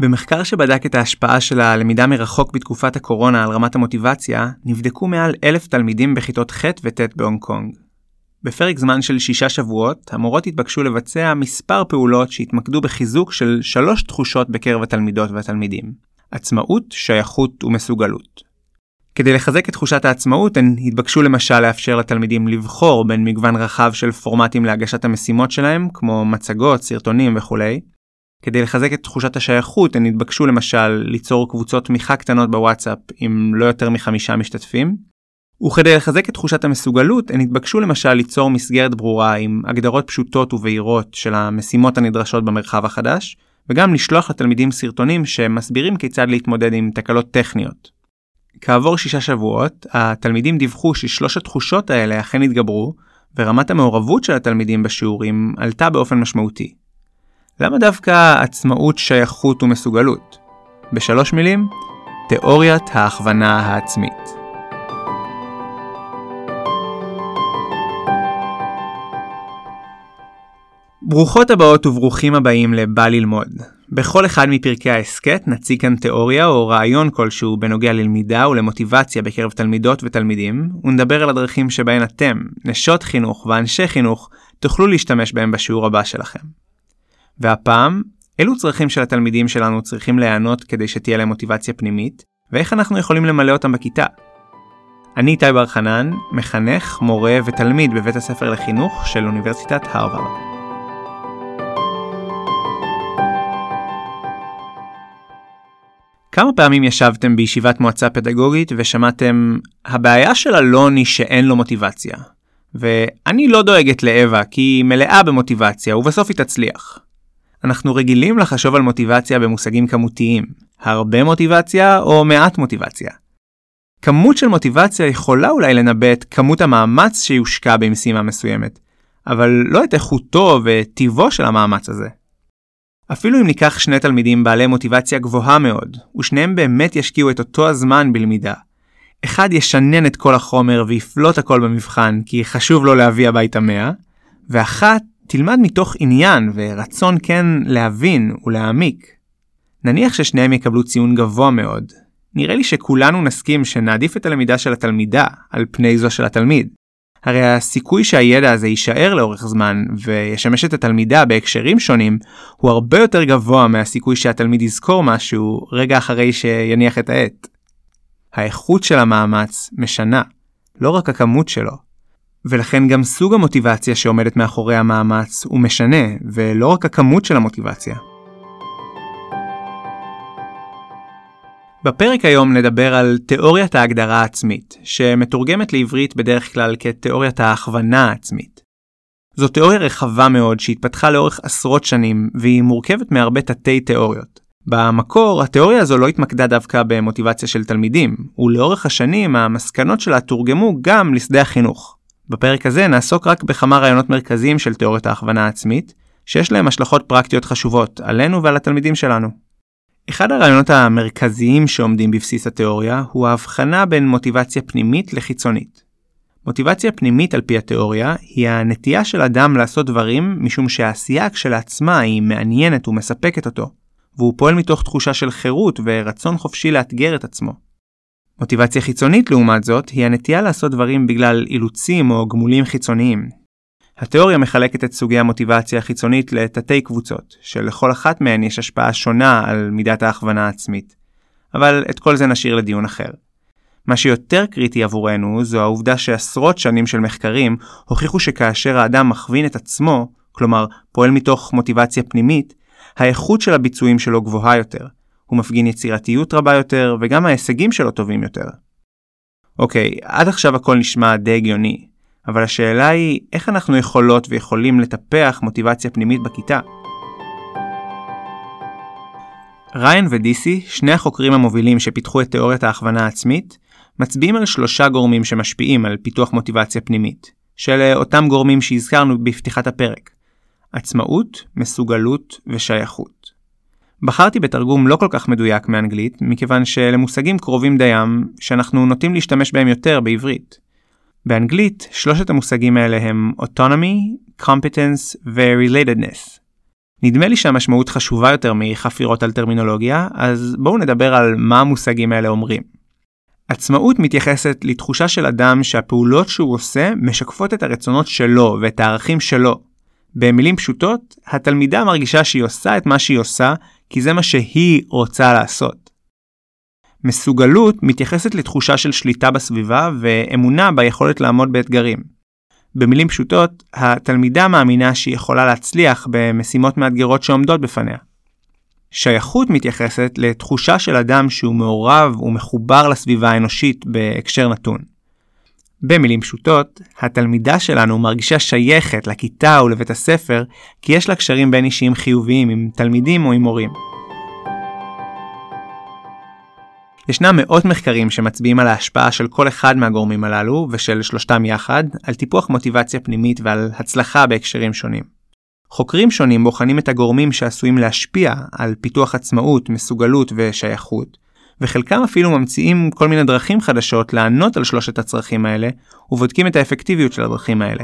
במחקר שבדק את ההשפעה של הלמידה מרחוק בתקופת הקורונה על רמת המוטיבציה, נבדקו מעל 1,000 תלמידים בכיתות ח' וט' בהונג קונג. בפרק זמן של 6 שבועות, המורות התבקשו לבצע מספר פעולות שהתמקדו בחיזוק של 3 תחושות בקרב התלמידות והתלמידים: עצמאות, שייכות ומסוגלות. כדי לחזק את תחושת העצמאות, הן התבקשו למשל לאפשר לתלמידים לבחור בין מגוון רחב של פורמטים להגשת המשימות שלהם, כמו מצגות, סרטונים וכו'. כדי לחזק את תחושת השייכות, הן התבקשו למשל ליצור קבוצות תמיכה קטנות בוואטסאפ עם לא יותר מ5 משתתפים. וכדי לחזק את תחושת המסוגלות, הן התבקשו למשל ליצור מסגרת ברורה עם הגדרות פשוטות ובהירות של המשימות הנדרשות במרחב החדש, וגם לשלוח לתלמידים סרטונים שמסבירים כיצד להתמודד עם תקלות טכניות. כעבור 6 שבועות, התלמידים דיווחו ש3 התחושות האלה אכן התגברו, ורמת המעורבות של התלמידים בשיעורים עלתה באופן משמעותי. למה דווקא עצמאות, שייכות ומסוגלות? ב3 מילים, תיאוריית ההכוונה העצמית. ברוכות הבאות וברוכים הבאים לבא ללמוד. בכל אחד מפרקי העסקת נציג כאן תיאוריה או רעיון כלשהו בנוגע ללמידה ולמוטיבציה בקרב תלמידות ותלמידים, ונדבר על הדרכים שבהן אתם, נשות חינוך ואנשי חינוך, תוכלו להשתמש בהם בשיעור הבא שלכם. והפעם, אילו צרכים של התלמידים שלנו צריכים להיענות כדי שתהיה להם מוטיבציה פנימית, ואיך אנחנו יכולים למלא אותם בכיתה. אני איתי בר חנן, מחנך, מורה ותלמיד בבית הספר לחינוך של אוניברסיטת הרווארד. כמה פעמים ישבתם בישיבת מועצה פדגוגית ושמעתם, הבעיה של אלון היא שאין לו מוטיבציה. ואני לא דואגת לאווה כי היא מלאה במוטיבציה ובסוף היא תצליח. אנחנו רגילים לחשוב על מוטיבציה במושגים כמותיים, הרבה מוטיבציה או מעט מוטיבציה. כמות של מוטיבציה יכולה אולי לנבא את כמות המאמץ שיושקע במשימה מסוימת, אבל לא את איכותו וטיבו של המאמץ הזה. אפילו אם ניקח 2 תלמידים בעלי מוטיבציה גבוהה מאוד, ושניהם באמת ישקיעו את אותו הזמן בלמידה. אחד ישנן את כל החומר ויפלוט הכל במבחן כי חשוב לו להביא הביתה 100, ואחת תלמד מתוך עניין ורצון כן להבין ולהעמיק. נניח ששניהם יקבלו ציון גבוה מאוד. נראה לי שכולנו נסכים שנעדיף את הלמידה של התלמידה על פני זו של התלמיד. הרי הסיכוי שהידע הזה יישאר לאורך זמן וישמש את התלמידה בהקשרים שונים הוא הרבה יותר גבוה מהסיכוי שהתלמיד יזכור משהו רגע אחרי שיניח את העט. האיכות של המאמץ משנה, לא רק הכמות שלו. ולכן גם סוג המוטיבציה שעומדת מאחורי המאמץ הוא משנה, ולא רק הכמות של המוטיבציה. בפרק היום נדבר על תיאוריית ההגדרה העצמית, שמתורגמת לעברית בדרך כלל כתיאוריית ההכוונה העצמית. זו תיאוריה רחבה מאוד שהתפתחה לאורך עשרות שנים, והיא מורכבת מהרבה תתי תיאוריות. במקור, התיאוריה הזו לא התמקדה דווקא במוטיבציה של תלמידים, ולאורך השנים המסקנות שלה תורגמו גם לשדה החינוך. בפרק הזה נעסוק רק בכמה רעיונות מרכזיים של תיאוריית ההכוונה העצמית, שיש להם השלכות פרקטיות חשובות עלינו ועל התלמידים שלנו. אחד הרעיונות המרכזיים שעומדים בבסיס התיאוריה הוא ההבחנה בין מוטיבציה פנימית לחיצונית. מוטיבציה פנימית על פי התיאוריה היא הנטייה של אדם לעשות דברים משום שהעשייה כשלעצמה היא מעניינת ומספקת אותו, והוא פועל מתוך תחושה של חירות ורצון חופשי לאתגר את עצמו. מוטיבציה חיצונית לעומת זאת היא הנטייה לעשות דברים בגלל אילוצים או גמולים חיצוניים. התיאוריה מחלקת את סוגי המוטיבציה החיצונית לתתי קבוצות, שלכל אחת מהן יש השפעה שונה על מידת ההכוונה העצמית. אבל את כל זה נשאיר לדיון אחר. מה שיותר קריטי עבורנו זו העובדה שעשרות שנים של מחקרים הוכיחו שכאשר האדם מכווין את עצמו, כלומר פועל מתוך מוטיבציה פנימית, האיכות של הביצועים שלו גבוהה יותר. הוא מפגין יצירתיות רבה יותר וגם ההישגים שלו טובים יותר. אוקיי, עד עכשיו הכל נשמע די הגיוני. אבל השאלה היא, איך אנחנו יכולות ויכולים לטפח מוטיבציה פנימית בכיתה? ריין ודיסי, 2 החוקרים המובילים שפיתחו את תיאוריית ההכוונה העצמית, מצביעים על 3 גורמים שמשפיעים על פיתוח מוטיבציה פנימית, של אותם גורמים שהזכרנו בפתיחת הפרק: עצמאות, מסוגלות ושייכות. בחרתי בתרגום לא כל כך מדויק מאנגלית, מכיוון שלמושגים קרובים דיים שאנחנו נוטים להשתמש בהם יותר בעברית. באנגלית, 3 המושגים האלה הם autonomy, competence ו-relatedness. נדמה לי שהמשמעות חשובה יותר מחפירות על טרמינולוגיה, אז בואו נדבר על מה המושגים האלה אומרים. עצמאות מתייחסת לתחושה של אדם שהפעולות שהוא עושה משקפות את הרצונות שלו ואת הערכים שלו. במילים פשוטות, התלמידה מרגישה שהיא עושה את מה שהיא עושה, כי זה מה שהיא רוצה לעשות. מסוגלות מתייחסת לתחושה של שליטה בסביבה ואמונה ביכולת לעמוד באתגרים. במילים פשוטות, התלמידה מאמינה שהיא יכולה להצליח במשימות מאתגרות שעומדות בפניה. שייכות מתייחסת לתחושה של אדם שהוא מעורב ומחובר לסביבה האנושית בהקשר נתון. במילים פשוטות, התלמידה שלנו מרגישה שייכת לכיתה ולבית הספר כי יש לה קשרים בין אישיים חיוביים עם תלמידים או עם מורים. ישנם מאות מחקרים שמצביעים על ההשפעה של כל אחד מהגורמים הללו ושל שלושתם יחד על טיפוח מוטיבציה פנימית ועל הצלחה בהקשרים שונים. חוקרים שונים בוחנים את הגורמים שעשויים להשפיע על פיתוח עצמאות, מסוגלות ושייכות, וחלקם אפילו ממציאים כל מיני דרכים חדשות לענות על שלושת הצרכים האלה ובודקים את האפקטיביות של הדרכים האלה.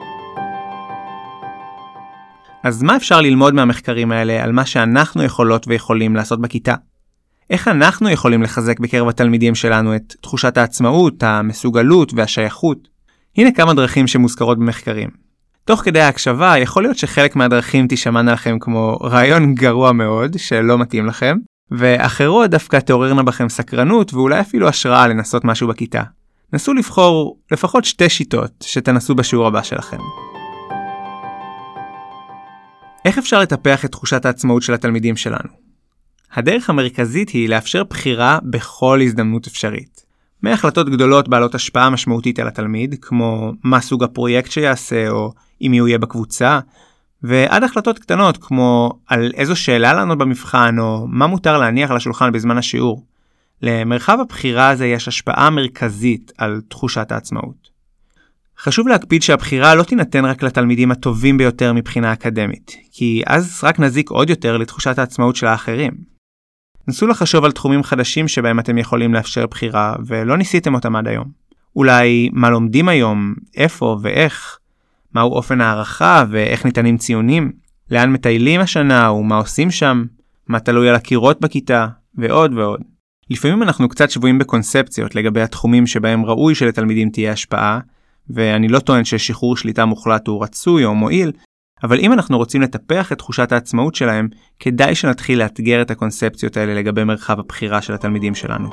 אז מה אפשר ללמוד מהמחקרים האלה על מה שאנחנו יכולות ויכולים לעשות בכיתה? איך אנחנו יכולים לחזק בקרב התלמידים שלנו את תחושת העצמאות, המסוגלות והשייכות? הנה כמה דרכים שמוזכרות במחקרים. תוך כדי ההקשבה, יכול להיות שחלק מהדרכים תשמענה לכם כמו רעיון גרוע מאוד שלא מתאים לכם, ואחרות דווקא תעוררנה בכם סקרנות ואולי אפילו השראה לנסות משהו בכיתה. נסו לבחור לפחות 2 שיטות שתנסו בשיעור הבא שלכם. איך אפשר לטפח את תחושת העצמאות של התלמידים שלנו? הדרך המרכזית היא לאפשר בחירה בכל הזדמנות אפשרית. מהחלטות גדולות בעלות השפעה משמעותית על התלמיד, כמו מה סוג הפרויקט שיעשה או אם הוא יהיה בקבוצה, ועד החלטות קטנות כמו על איזו שאלה לענות במבחן או מה מותר להניח על השולחן בזמן השיעור. למרחב הבחירה הזה יש השפעה מרכזית על תחושת העצמאות. חשוב להקפיד שהבחירה לא תינתן רק לתלמידים הטובים ביותר מבחינה אקדמית, כי אז רק נזיק עוד יותר לתחושת העצמאות של האחרים. נסו לחשוב על תחומים חדשים שבהם אתם יכולים לאפשר בחירה ולא ניסיתם אותם עד היום. אולי מה לומדים היום, איפה ואיך, מהו אופן הערכה ואיך ניתנים ציונים, לאן מטיילים השנה ומה עושים שם, מה תלוי על הקירות בכיתה ועוד ועוד. לפעמים אנחנו קצת שבויים בקונספציות לגבי התחומים שבהם ראוי שלתלמידים תהיה השפעה, ואני לא טוען ששחרור שליטה מוחלט הוא רצוי או מועיל, אבל אם אנחנו רוצים לטפח את תחושת העצמאות שלהם, כדאי שנתחיל לאתגר את הקונספציות האלה לגבי מרחב הבחירה של התלמידים שלנו.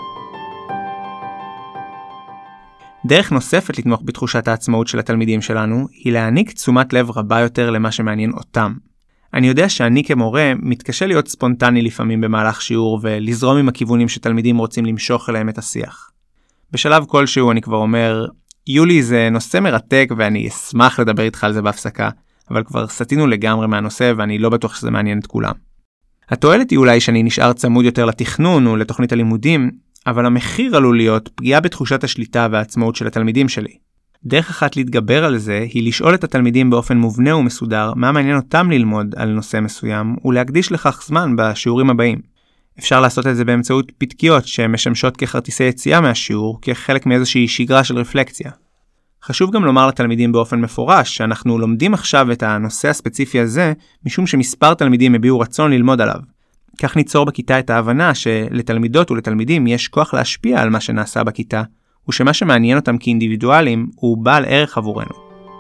דרך נוספת לתמוך בתחושת העצמאות של התלמידים שלנו, היא להעניק תשומת לב רבה יותר למה שמעניין אותם. אני יודע שאני כמורה מתקשה להיות ספונטני לפעמים במהלך שיעור ולזרום עם הכיוונים שתלמידים רוצים למשוך אליהם את השיח. בשלב כלשהו אני כבר אומר, יולי זה נושא מרתק ואני אשמח לדבר איתך על זה בהפסקה, אבל כבר סטינו לגמרי מהנושא ואני לא בטוח שזה מעניין את כולם. התועלת היא אולי שאני נשאר צמוד יותר לתכנון ולתוכנית הלימודים, אבל המחיר עלול להיות פגיעה בתחושת השליטה והעצמאות של התלמידים שלי. דרך אחת להתגבר על זה היא לשאול את התלמידים באופן מובנה ומסודר מה מעניין אותם ללמוד על נושא מסוים ולהקדיש לכך זמן בשיעורים הבאים. אפשר לעשות את זה באמצעות פתקיות שמשמשות ככרטיסי יציאה מהשיעור כחלק מאיזושהי שגרה של רפלקציה. חשוב גם לומר לתלמידים באופן מפורש שאנחנו לומדים עכשיו את הנושא הספציפי הזה משום שמספר תלמידים הביעו רצון ללמוד עליו. כך ניצור בכיתה את ההבנה שלתלמידות ולתלמידים יש כוח להשפיע על מה שנעשה בכיתה, ושמה שמעניין אותם כאינדיבידואלים הוא בעל ערך עבורנו.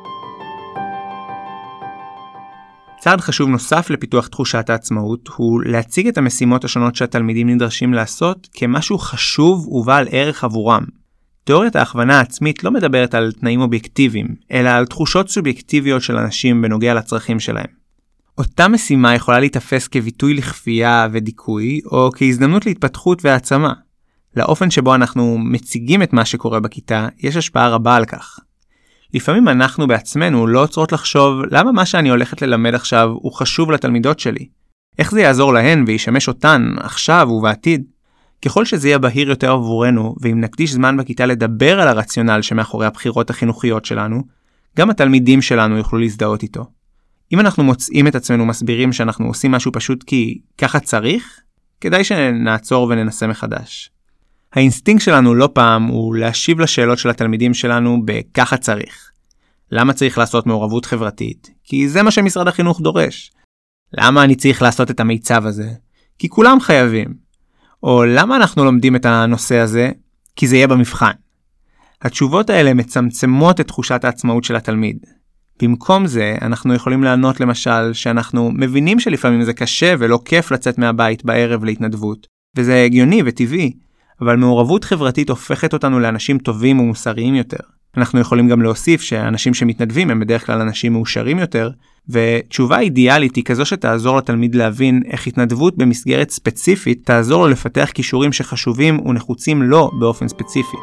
צעד חשוב נוסף לפיתוח תחושת העצמאות הוא להציג את המשימות השונות שהתלמידים נדרשים לעשות כמשהו חשוב ובעל ערך עבורם. תיאוריית ההכוונה העצמית לא מדברת על תנאים אובייקטיביים, אלא על תחושות סובייקטיביות של אנשים בנוגע לצרכים שלהם. אותה משימה יכולה להתאפס כביטוי לכפייה ודיכוי, או כהזדמנות להתפתחות והעצמה. לאופן שבו אנחנו מציגים את מה שקורה בכיתה, יש השפעה רבה על כך. לפעמים אנחנו בעצמנו לא עוצרות לחשוב למה מה שאני הולכת ללמד עכשיו הוא חשוב לתלמידות שלי. איך זה יעזור להן וישמש אותן עכשיו ובעתיד? ככל שזה יהיה בהיר יותר עבורנו, ואם נקדיש זמן בכיתה לדבר על הרציונל שמאחורי הבחירות החינוכיות שלנו, גם התלמידים שלנו יוכלו להזדהות איתו. אם אנחנו מוצאים את עצמנו מסבירים שאנחנו עושים משהו פשוט כי ככה צריך, כדאי שנעצור וננסה מחדש. האינסטינקט שלנו לא פעם הוא להשיב לשאלות של התלמידים שלנו בככה צריך. למה צריך לעשות מעורבות חברתית? כי זה מה שמשרד החינוך דורש. למה אני צריך לעשות את המיצב הזה? כי כולם חייבים. או למה אנחנו לומדים את הנושא הזה? כי זה יהיה במבחן. התשובות האלה מצמצמות את תחושת העצמאות של התלמיד. במקום זה, אנחנו יכולים לענות למשל שאנחנו מבינים שלפעמים זה קשה ולא כיף לצאת מהבית בערב להתנדבות, וזה הגיוני וטבעי, אבל מעורבות חברתית הופכת אותנו לאנשים טובים ומוסריים יותר. אנחנו יכולים גם להוסיף שהאנשים שמתנדבים הם בדרך כלל אנשים מאושרים יותר, ותשובה אידיאלית היא כזו שתעזור לתלמיד להבין איך התנדבות במסגרת ספציפית תעזור לו לפתח כישורים שחשובים ונחוצים לו באופן ספציפי.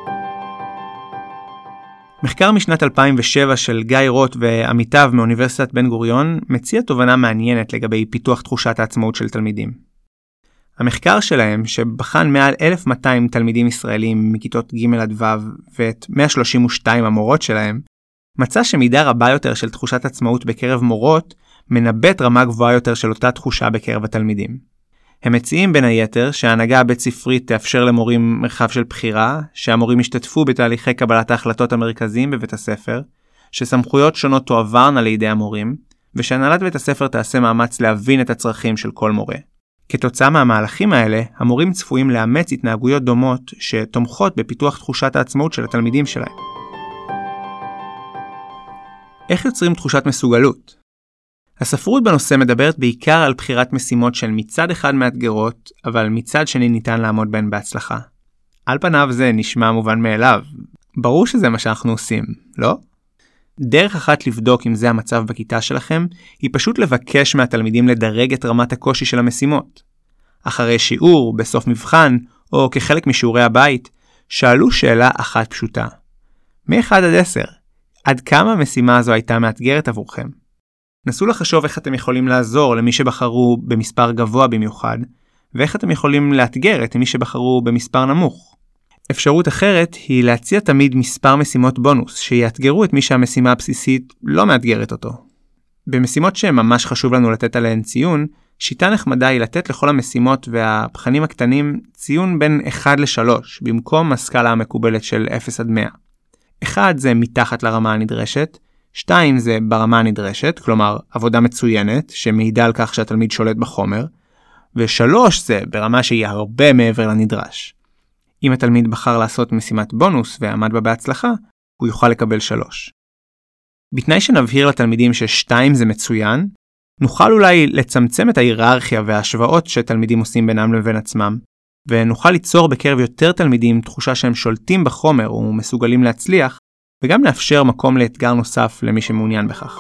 מחקר משנת 2007 של גיא רוט ועמיתיו מאוניברסיטת בן גוריון מציע תובנה מעניינת לגבי פיתוח תחושת העצמאות של תלמידים. המחקר שלהם, שבחן מעל 1,200 תלמידים ישראלים מכיתות ג' עד ו' ואת 132 המורות שלהם, מצא שמידה רבה יותר של תחושת עצמאות בקרב מורות מנבט רמה גבוהה יותר של אותה תחושה בקרב התלמידים. הם מציעים בין היתר שההנהגה הבית ספרית תאפשר למורים מרחב של בחירה, שהמורים ישתתפו בתהליכי קבלת ההחלטות המרכזיים בבית הספר, שסמכויות שונות תועברנה לידי המורים, ושהנהלת בית הספר תעשה מאמץ להבין את הצרכים של כל מורה. כתוצאה מהמהלכים האלה, המורים צפויים לאמץ התנהגויות דומות שתומכות בפיתוח תחושת העצמאות של התלמידים שלהם. איך יוצרים תחושת מסוגלות? הספרות בנושא מדברת בעיקר על בחירת משימות של מצד אחד מאתגרות, אבל מצד שני ניתן לעמוד בהן בהצלחה. על פניו זה נשמע מובן מאליו. ברור שזה מה שאנחנו עושים, לא? דרך אחת לבדוק אם זה המצב בכיתה שלכם, היא פשוט לבקש מהתלמידים לדרג את רמת הקושי של המשימות. אחרי שיעור, בסוף מבחן, או כחלק משיעורי הבית, שאלו שאלה אחת פשוטה. מ-1 עד 10, עד כמה המשימה הזו הייתה מאתגרת עבורכם? נסו לחשוב איך אתם יכולים לעזור למי שבחרו במספר גבוה במיוחד, ואיך אתם יכולים לאתגר את מי שבחרו במספר נמוך. אפשרות אחרת היא להציע תמיד מספר משימות בונוס, שיאתגרו את מי שהמשימה הבסיסית לא מאתגרת אותו. במשימות שממש חשוב לנו לתת עליהן ציון, שיטה נחמדה היא לתת לכל המשימות והבחנים הקטנים ציון בין 1 ל-3, במקום הסקאלה המקובלת של 0 עד 100. 1 זה מתחת לרמה הנדרשת, 2 זה ברמה הנדרשת, כלומר עבודה מצוינת, שמעידה על כך שהתלמיד שולט בחומר, ו3 זה ברמה שהיא הרבה מעבר לנדרש. אם התלמיד בחר לעשות משימת בונוס ועמד בה בהצלחה, הוא יוכל לקבל 3. בתנאי שנבהיר לתלמידים ש2 זה מצוין, נוכל אולי לצמצם את ההיררכיה וההשוואות שתלמידים עושים בינם לבין עצמם, ונוכל ליצור בקרב יותר תלמידים תחושה שהם שולטים בחומר ומסוגלים להצליח, וגם לאפשר מקום לאתגר נוסף למי שמעוניין בכך.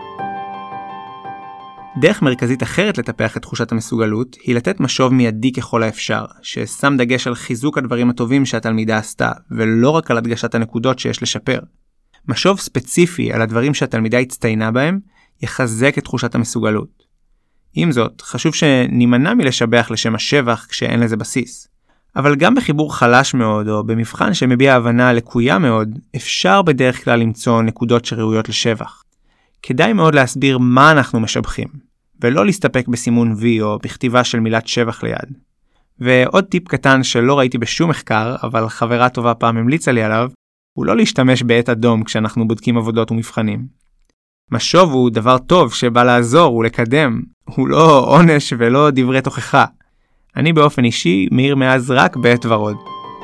דרך מרכזית אחרת לטפח את תחושת המסוגלות היא לתת משוב מיידי ככל האפשר, ששם דגש על חיזוק הדברים הטובים שהתלמידה עשתה, ולא רק על הדגשת הנקודות שיש לשפר. משוב ספציפי על הדברים שהתלמידה הצטיינה בהם, יחזק את תחושת המסוגלות. עם זאת, חשוב שנימנע מלשבח לשם השבח כשאין לזה בסיס. אבל גם בחיבור חלש מאוד, או במבחן שמביע הבנה לקויה מאוד, אפשר בדרך כלל למצוא נקודות שראויות לשבח. כדאי מאוד להסביר מה אנחנו משבחים, ולא להסתפק בסימון V או בכתיבה של מילת שבח ליד. ועוד טיפ קטן שלא ראיתי בשום מחקר, אבל חברה טובה פעם המליצה לי עליו, הוא לא להשתמש בעת אדום כשאנחנו בודקים עבודות ומבחנים. משוב הוא דבר טוב שבא לעזור ולקדם, הוא לא עונש ולא דברי תוכחה. אני באופן אישי מאיר מאז רק בעת ורוד.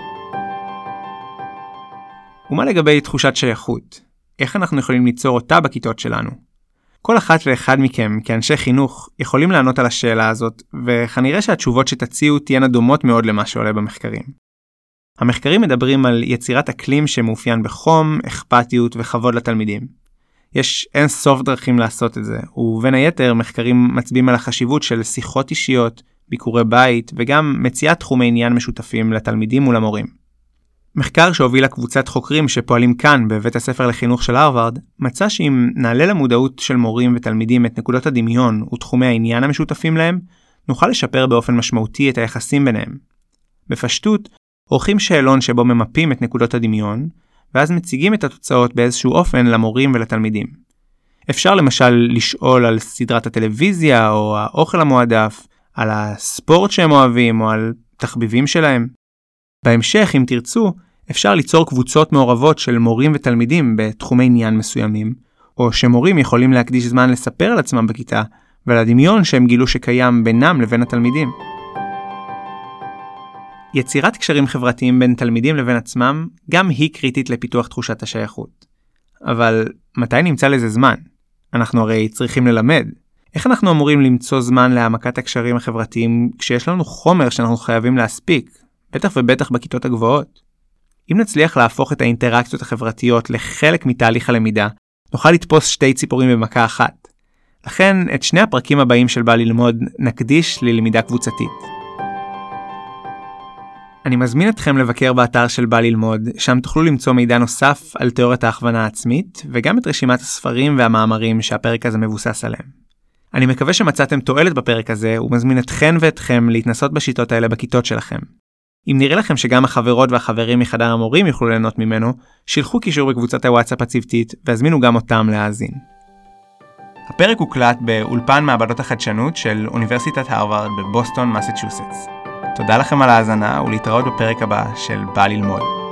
ומה לגבי תחושת שייכות? איך אנחנו יכולים ליצור אותה בכיתות שלנו? כל אחת ואחד מכם, כאנשי חינוך, יכולים לענות על השאלה הזאת, וכנראה שהתשובות שתציעו תהיינה דומות מאוד למה שעולה במחקרים. המחקרים מדברים על יצירת אקלים שמאופיין בחום, אכפתיות וכבוד לתלמידים. יש אין סוף דרכים לעשות את זה, ובין היתר מחקרים מצביעים על החשיבות של שיחות אישיות, ביקורי בית, וגם מציאת תחומי עניין משותפים לתלמידים ולמורים. מחקר שהוביל לקבוצת חוקרים שפועלים כאן בבית הספר לחינוך של הרווארד, מצא שאם נעלה למודעות של מורים ותלמידים את נקודות הדמיון ותחומי העניין המשותפים להם, נוכל לשפר באופן משמעותי את היחסים ביניהם. בפשטות, עורכים שאלון שבו ממפים את נקודות הדמיון, ואז מציגים את התוצאות באיזשהו אופן למורים ולתלמידים. אפשר למשל לשאול על סדרת הטלוויזיה או האוכל המועדף, על הספורט שהם אוהבים או על תחביבים שלהם. בהמשך, אם תרצו, אפשר ליצור קבוצות מעורבות של מורים ותלמידים בתחומי עניין מסוימים, או שמורים יכולים להקדיש זמן לספר על עצמם בכיתה, ולדמיון שהם גילו שקיים בינם לבין התלמידים. יצירת קשרים חברתיים בין תלמידים לבין עצמם גם היא קריטית לפיתוח תחושת השייכות. אבל מתי נמצא לזה זמן? אנחנו הרי צריכים ללמד. איך אנחנו אמורים למצוא זמן להעמקת הקשרים החברתיים כשיש לנו חומר שאנחנו חייבים להספיק, בטח ובטח בכיתות הגבוהות? אם נצליח להפוך את האינטראקציות החברתיות לחלק מתהליך הלמידה, נוכל לתפוס שתי ציפורים במכה אחת. לכן את שני הפרקים הבאים של בא ללמוד נקדיש ללמידה קבוצתית. אני מזמין אתכם לבקר באתר של בא ללמוד, שם תוכלו למצוא מידע נוסף על תיאוריית ההכוונה העצמית, וגם את רשימת הספרים והמאמרים שהפרק הזה מבוסס עליהם. אני מקווה שמצאתם תועלת בפרק הזה, ומזמין אתכן ואתכם להתנסות בשיטות האלה בכיתות שלכם. אם נראה לכם שגם החברות והחברים מחדר המורים יוכלו ליהנות ממנו, שילחו קישור בקבוצת הוואטסאפ הצוותית, והזמינו גם אותם להאזין. הפרק הוקלט באולפן מעבדות החדשנות של אוניברסיטת הרווארד בבוסטון, מסצ'וסטס. תודה לכם על ההאזנה ולהתראות בפרק הבא של בא ללמוד.